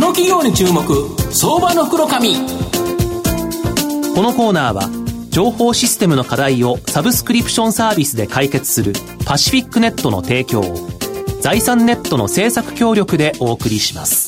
の企業に注目、相場の福の神。 このコーナーは情報システムの課題をサブスクリプションサービスで解決するパシフィックネットの提供を財産ネットの制作協力でお送りします。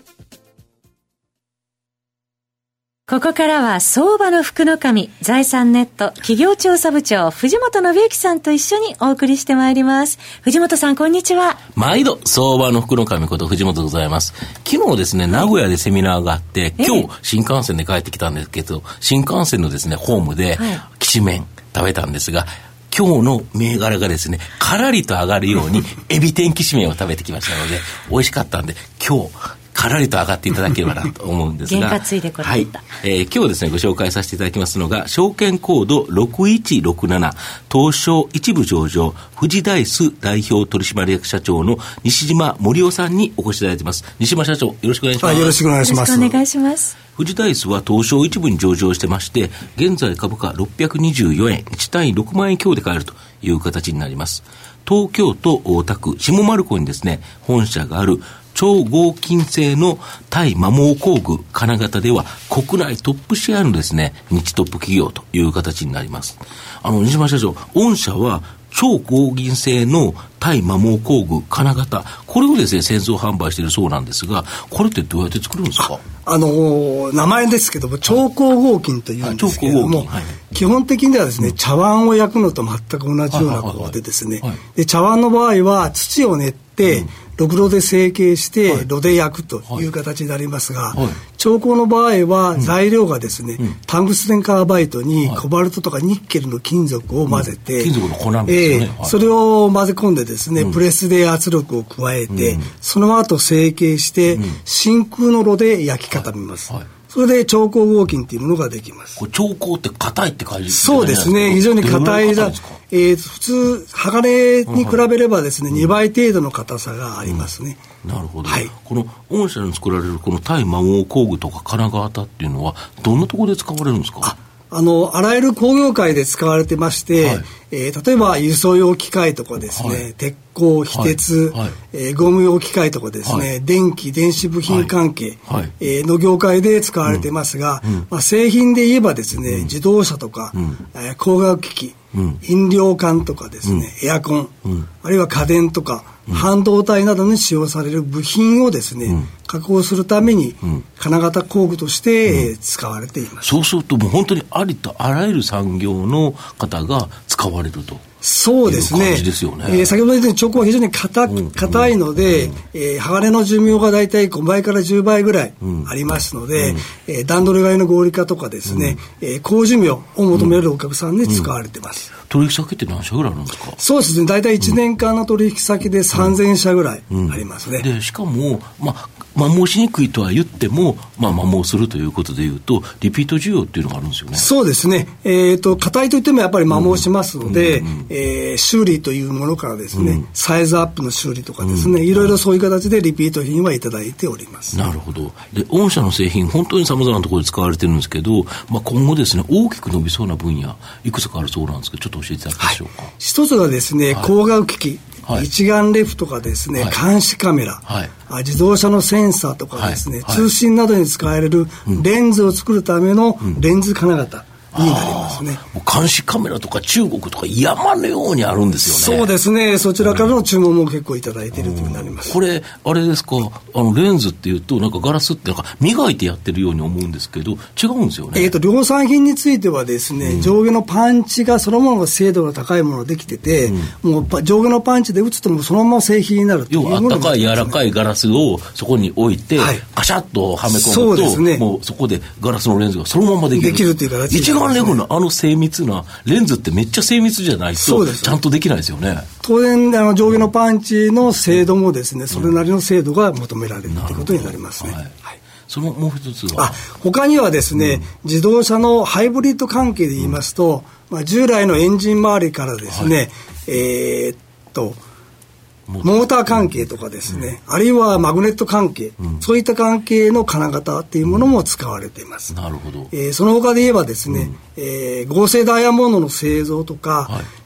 ここからは相場の福の神、財産ネット企業調査部長藤本信之さんと一緒にお送りしてまいります。藤本さん、こんにちは。 毎度相場の福の神こと藤本でございます。昨日ですね、名古屋でセミナーがあって、今日新幹線で帰ってきたんですけど、新幹線のですねホームできしめん食べたんですが、今日の銘柄がですね、からりと上がるようにエビ天きしめんを食べてきましたので、美味しかったんで、今日からりと上がっていただければなと思うんですが、 原価ついでこれ、はい、 今日ですねご紹介させていただきますのが、証券コード6167東証一部上場富士ダイス代表取締役社長の西島盛夫さんにお越しいただいています。西島社長、よろしくお願いします。 よろしくお願いします。 よろしくお願いします。 富士ダイスは東証一部に上場してまして、現在株価624円、1単位6万円強で買えるという形になります。東京都大田区下丸子にですね本社がある超合金製の対摩耗工具金型では国内トップシェアのですね日トップ企業という形になります。西島社長、御社は超合金製の対摩耗工具金型、これをですね製造販売しているそうなんですが、これってどうやって作るんですか？ 名前ですけども超光合金というんですけれども、基本的にはですね、茶碗を焼くのと全く同じようなことでですね、で茶碗の場合は土を練ってろくろで成形して炉で焼くという形になりますが、超光の場合は材料がですね、タングステンカーバイトにコバルトとかニッケルの金属を混ぜて、 金属の粉なんですよね。 それを混ぜ込んでですね、プレスで圧力を加えて、その後成形して真空の炉で焼き固めます。それで超光合金というものができます。 これ超光って硬いって感じですね。そうですね、非常に硬い。普通鋼に比べればですね、2倍程度の硬さがありますね。 なるほど。この御社に作られるこの対摩耗工具とか金型っていうのはどんなところで使われるんですか？ あらゆる工業界で使われてまして、例えば輸送用機械とかですね、鉄鋼、非鉄、ゴム用機械とかですね、電気電子部品関係、の業界で使われてますが、製品で言えばですね、自動車とか、光学機器、飲料管とかですね、エアコン、あるいは家電とか、半導体などに使用される部品をですね、加工するために金型工具として使われています。 そうするともう本当にありとあらゆる産業の方が使われると。 そうですね。 ですよね。 先ほど言ったように超光は非常に硬いので、鋼の寿命がだいたい5倍から10倍ぐらいありますので、段取り替えの合理化とかですね、高寿命を求めるお客さんに使われています。 取引先って何社ぐらいあるんですか？ そうですね、だいたい1年間の取引先で3000社ぐらいありますね。 でしかも、摩耗しにくいとは言っても、摩耗するということでいうとリピート需要っていうのがあるんですよね。 そうですね、硬いといってもやっぱり摩耗しますので、修理というものからですね、サイズアップの修理とかですね、いろいろそういう形でリピート品はいただいております。 なるほど。で御社の製品本当に様々なところで使われてるんですけど、今後ですね大きく伸びそうな分野いくつかあるそうなんですけど、ちょっと教えていただけましょうか？ 一つがですね、光学機器、一眼レフとかですね、監視カメラ、自動車のセンサーとかですね、通信などに使われるレンズを作るためのレンズ金型になりますね。 もう監視カメラとか中国とか山のようにあるんですよね。 そうですね、そちらからの注文も結構いただいているというふうになります。 これあれですか、レンズっていうとなんかガラスってなんか磨いてやってるように思うんですけど違うんですよね。 量産品についてはですね、上下のパンチがそのものが精度が高いものができてて、もう上下のパンチで打つともそのまま製品になるというもの、 要はあったかい柔らかいガラスをそこに置いて、カシャッとはめ込むと、そうですね、もうそこでガラスのレンズがそのままできるという形で、 一眼レフの精密なレンズってめっちゃ精密じゃないとちゃんとできないですよね。 当然上下のパンチの精度もですね、それなりの精度が求められるということになりますね。 そのもう一つは他にはですね、自動車のハイブリッド関係で言いますと、従来のエンジン周りからですね、モーター関係とかですね、あるいはマグネット関係、そういった関係の金型っていうものも使われています。 なるほど。 その他で言えばですね、合成ダイヤモンドの製造とか、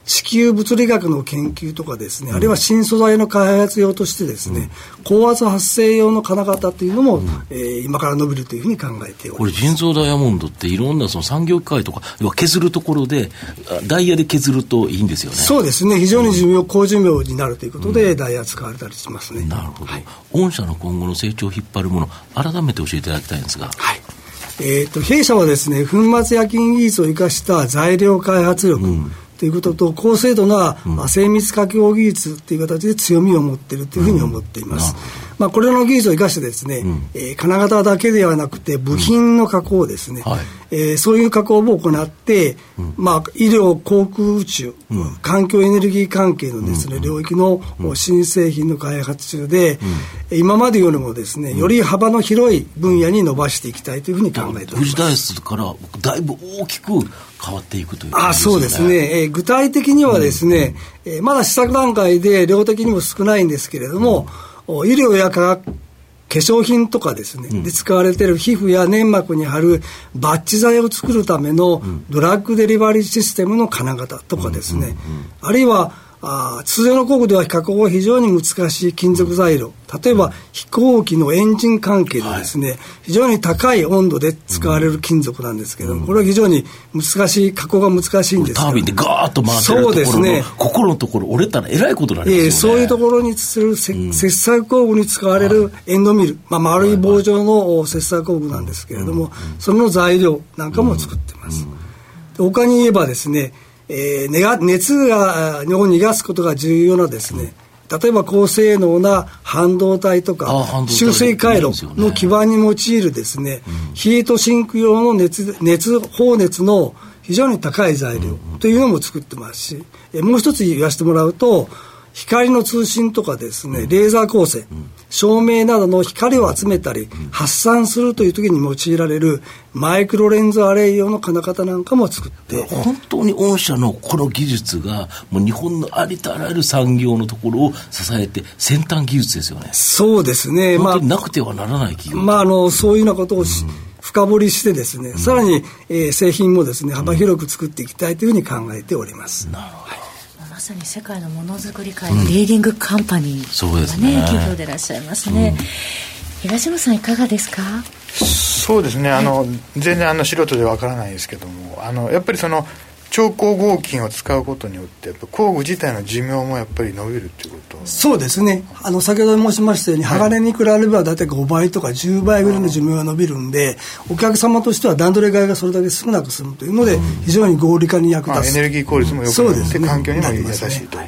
地球物理学の研究とかですね、あるいは新素材の開発用としてですね、高圧発生用の金型というのも、今から伸びるというふうに考えております。 これ人造ダイヤモンドっていろんなその産業機械とか要は削るところでダイヤで削るといいんですよね。 そうですね、非常に高寿命になるということで、ダイヤ使われたりしますね。 なるほど、御社の今後の成長を引っ張るもの改めて教えていただきたいんですが。 弊社はですね、粉末焼き技術を生かした材料開発力、ということと高精度な、精密加工技術という形で強みを持っているというふうに思っています。これらの技術を生かしてですね、金型だけではなくて部品の加工ですね、そういう加工も行って、医療、航空宇宙、環境エネルギー関係のですね、領域の新製品の開発中で、今までよりもですね、より幅の広い分野に伸ばしていきたいというふうに考えております。 富士ダイスからだいぶ大きく変わっていくという感じですね。 そうですね、具体的にはですね、まだ試作段階で量的にも少ないんですけれども、医療や化粧品とかですね、で使われている皮膚や粘膜に貼るバッチ剤を作るためのドラッグデリバリーシステムの金型とかですね、あるいは通常の工具では加工が非常に難しい金属材料、例えば飛行機のエンジン関係でですね、非常に高い温度で使われる金属なんですけども、これは非常に難しい、加工が難しいんですけど、 タービンでガーッと回ってるところの、そうですね、ここのところ折れたらえらいことになりますよね。 そういうところにする切削工具に使われるエンドミル、丸い棒状の切削工具なんですけれども、その材料なんかも作っています。他に言えばですね、熱を逃がすことが重要なですね、例えば高性能な半導体とか集成回路の基板に用いるですね、ヒートシンク用の放熱の非常に高い材料というのも作ってますし、もう一つ言わせてもらうと、光の通信とかですね、レーザー光線、照明などの光を集めたり発散するという時に用いられるマイクロレンズアレイ用の金型なんかも作って、 本当に御社のこの技術がもう日本のありとあらゆる産業のところを支えて先端技術ですよね。 そうですね、 本当になくてはならない企業、 そういうようなことを深掘りしてですね、さらに、製品もですね幅広く作っていきたいというふうに考えております。 なるほど、 まさに世界のものづくり界のリーディングカンパニー、 そうですね、 企業でいらっしゃいますね。東野さんいかがですか？ そうですね、全然素人でわからないですけども、やっぱりその超光合金を使うことによってやっぱ工具自体の寿命もやっぱり伸びるということ。 そうですね、先ほど申しましたように、鋼に比べれば大体5倍とか10倍ぐらいの寿命が伸びるんで、お客様としては段取り替えがそれだけ少なく済むというので、非常に合理化に役立つ、 エネルギー効率も良くなって、環境にも優しいと。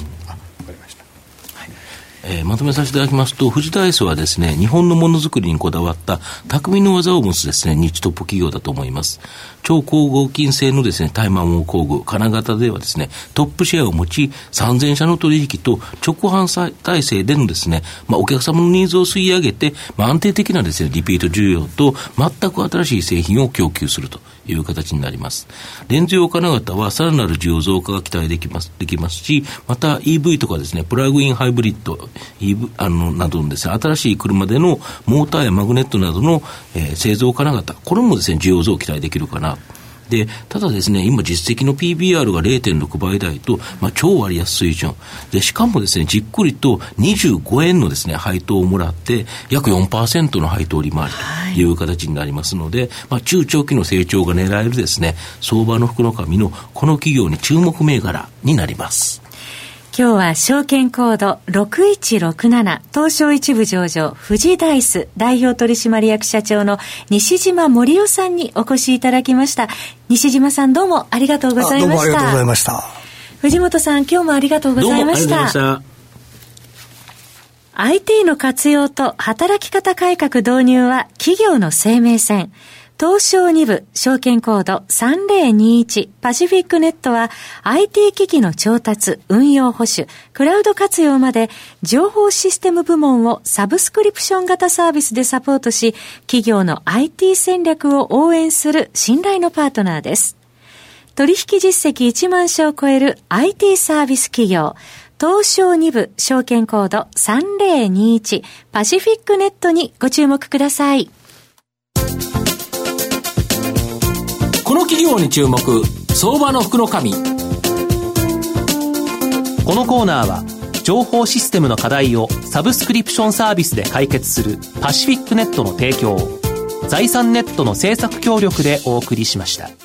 まとめさせていただきますと、富士ダイスはですね、日本のものづくりにこだわった匠の技を持つですね、日トップ企業だと思います。超光合金製のですね、耐摩耗工具、金型ではですね、トップシェアを持ち、3000社の取引と直販体制でのですね、お客様のニーズを吸い上げて、安定的なですね、リピート需要と全く新しい製品を供給するという形になります。レンズ用金型はさらなる需要増加が期待できますし、また EV とかですね、プラグインハイブリッド、などのですね、新しい車でのモーターやマグネットなどの、製造金型、これもですね、需要増を期待できるかな。で、ただですね、今実績の PBR が 0.6 倍台と、超割安水準で、しかもですね、じっくりと25円のですね、配当をもらって約 4% の配当利回りという形になりますので、中長期の成長が狙えるですね、相場の福の神のこの企業に注目銘柄になります。 今日は証券コード6167東証一部上場富士ダイス代表取締役社長の西島盛夫さんにお越しいただきました。西島さん、どうもありがとうございました。 どうもありがとうございました。 藤本さん、今日もありがとうございました。 どうもありがとうございました。 IT の活用と働き方改革導入は企業の生命線。東証2部証券コード3021パシフィックネットは IT 機器の調達、運用保守、クラウド活用まで情報システム部門をサブスクリプション型サービスでサポートし、企業の IT 戦略を応援する信頼のパートナーです。取引実績1万社を超える IT サービス企業、東証2部証券コード3021パシフィックネットにご注目ください。 この企業に注目、相場の福の神。 このコーナーは情報システムの課題をサブスクリプションサービスで解決するパシフィックネットの提供を財産ネットの制作協力でお送りしました。